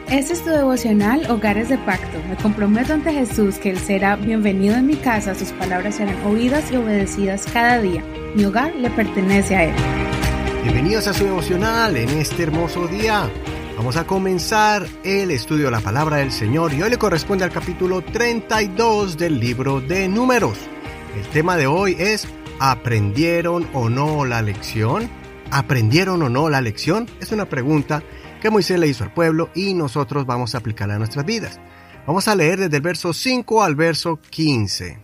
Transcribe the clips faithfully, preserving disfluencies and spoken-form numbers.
Este es tu devocional Hogares de Pacto. Me comprometo ante Jesús que Él será bienvenido en mi casa, sus palabras serán oídas y obedecidas cada día. Mi hogar le pertenece a Él. Bienvenidos a su devocional en este hermoso día. Vamos a comenzar el estudio de la palabra del Señor y hoy le corresponde al capítulo treinta y dos del libro de Números. El tema de hoy es ¿aprendieron o no la lección? ¿Aprendieron o no la lección? Es una pregunta que Moisés le hizo al pueblo y nosotros vamos a aplicarla a nuestras vidas. Vamos a leer desde el verso cinco al verso quince.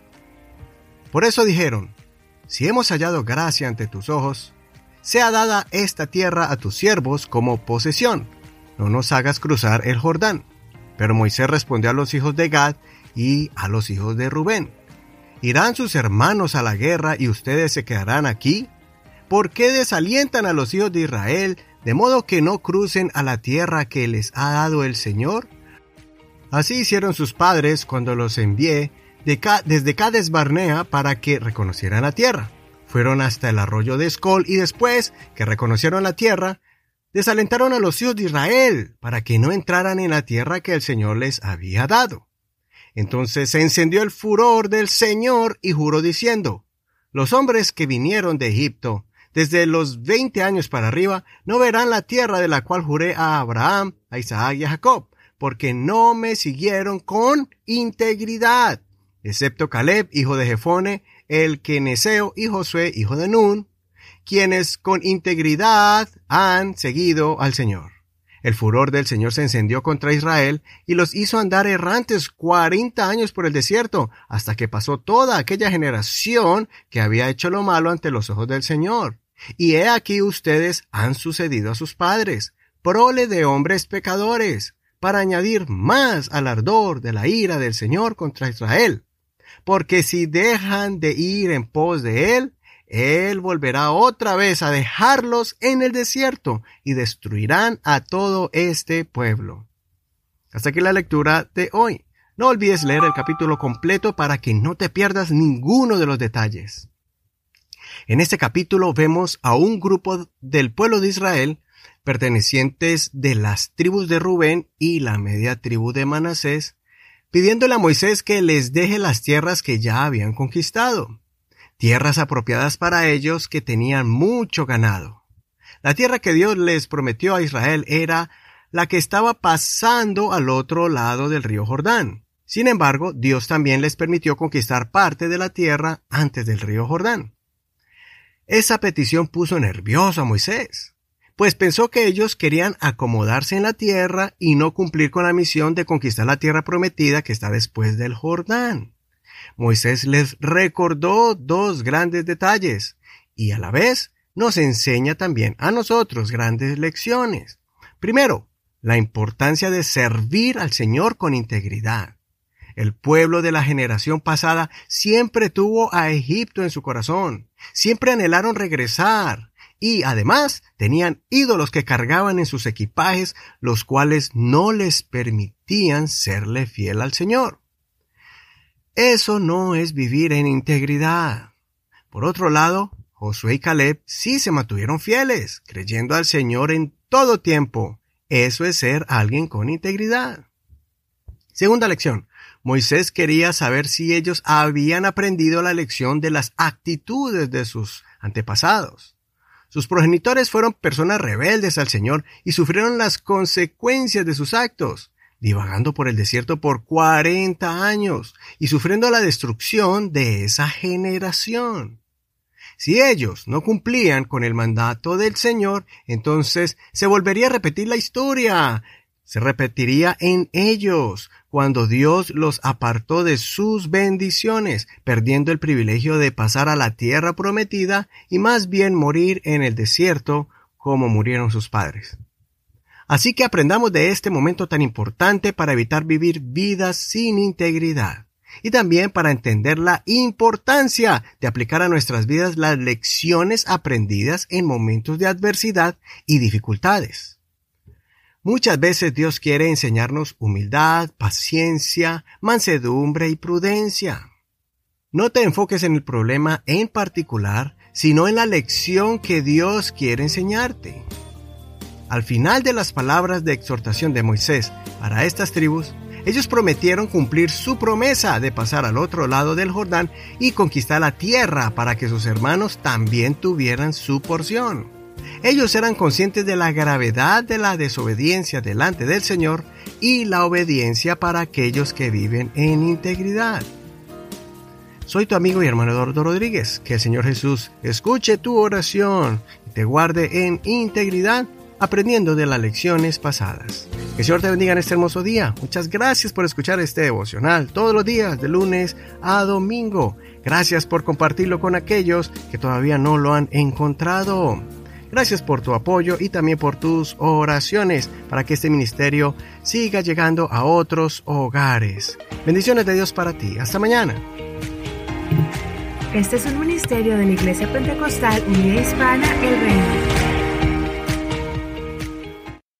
Por eso dijeron, si hemos hallado gracia ante tus ojos, sea dada esta tierra a tus siervos como posesión. No nos hagas cruzar el Jordán. Pero Moisés respondió a los hijos de Gad y a los hijos de Rubén, ¿irán sus hermanos a la guerra y ustedes se quedarán aquí? ¿Por qué desalientan a los hijos de Israel de modo que no crucen a la tierra que les ha dado el Señor? Así hicieron sus padres cuando los envié de Ca- desde Cades Barnea para que reconocieran la tierra. Fueron hasta el arroyo de Escol y después que reconocieron la tierra, desalentaron a los hijos de Israel para que no entraran en la tierra que el Señor les había dado. Entonces se encendió el furor del Señor y juró diciendo, los hombres que vinieron de Egipto desde los veinte años para arriba no verán la tierra de la cual juré a Abraham, a Isaac y a Jacob, porque no me siguieron con integridad, excepto Caleb, hijo de Jefone, el Queneseo, y Josué, hijo de Nun, quienes con integridad han seguido al Señor. El furor del Señor se encendió contra Israel y los hizo andar errantes cuarenta años por el desierto, hasta que pasó toda aquella generación que había hecho lo malo ante los ojos del Señor. Y he aquí ustedes han sucedido a sus padres, prole de hombres pecadores, para añadir más al ardor de la ira del Señor contra Israel. Porque si dejan de ir en pos de Él, Él volverá otra vez a dejarlos en el desierto y destruirán a todo este pueblo. Hasta aquí la lectura de hoy. No olvides leer el capítulo completo para que no te pierdas ninguno de los detalles. En este capítulo vemos a un grupo del pueblo de Israel pertenecientes de las tribus de Rubén y la media tribu de Manasés, pidiéndole a Moisés que les deje las tierras que ya habían conquistado. Tierras apropiadas para ellos que tenían mucho ganado. La tierra que Dios les prometió a Israel era la que estaba pasando al otro lado del río Jordán. Sin embargo, Dios también les permitió conquistar parte de la tierra antes del río Jordán. Esa petición puso nervioso a Moisés, pues pensó que ellos querían acomodarse en la tierra y no cumplir con la misión de conquistar la tierra prometida que está después del Jordán. Moisés les recordó dos grandes detalles y a la vez nos enseña también a nosotros grandes lecciones. Primero, la importancia de servir al Señor con integridad. El pueblo de la generación pasada siempre tuvo a Egipto en su corazón, siempre anhelaron regresar y además tenían ídolos que cargaban en sus equipajes, los cuales no les permitían serle fiel al Señor. Eso no es vivir en integridad. Por otro lado, Josué y Caleb sí se mantuvieron fieles, creyendo al Señor en todo tiempo. Eso es ser alguien con integridad. Segunda lección. Moisés quería saber si ellos habían aprendido la lección de las actitudes de sus antepasados. Sus progenitores fueron personas rebeldes al Señor y sufrieron las consecuencias de sus actos, divagando por el desierto por cuarenta años y sufriendo la destrucción de esa generación. Si ellos no cumplían con el mandato del Señor, entonces se volvería a repetir la historia. Se repetiría en ellos cuando Dios los apartó de sus bendiciones, perdiendo el privilegio de pasar a la tierra prometida y más bien morir en el desierto como murieron sus padres. Así que aprendamos de este momento tan importante para evitar vivir vidas sin integridad y también para entender la importancia de aplicar a nuestras vidas las lecciones aprendidas en momentos de adversidad y dificultades. Muchas veces Dios quiere enseñarnos humildad, paciencia, mansedumbre y prudencia. No te enfoques en el problema en particular, sino en la lección que Dios quiere enseñarte. Al final de las palabras de exhortación de Moisés para estas tribus, ellos prometieron cumplir su promesa de pasar al otro lado del Jordán y conquistar la tierra para que sus hermanos también tuvieran su porción. Ellos eran conscientes de la gravedad de la desobediencia delante del Señor y la obediencia para aquellos que viven en integridad. Soy tu amigo y hermano Eduardo Rodríguez. Que el Señor Jesús escuche tu oración y te guarde en integridad, aprendiendo de las lecciones pasadas. Que el Señor te bendiga en este hermoso día. Muchas gracias por escuchar este devocional todos los días, de lunes a domingo. Gracias por compartirlo con aquellos que todavía no lo han encontrado. Gracias por tu apoyo y también por tus oraciones para que este ministerio siga llegando a otros hogares. Bendiciones de Dios para ti. Hasta mañana. Este es un ministerio de la Iglesia Pentecostal Unida Hispana El Reino.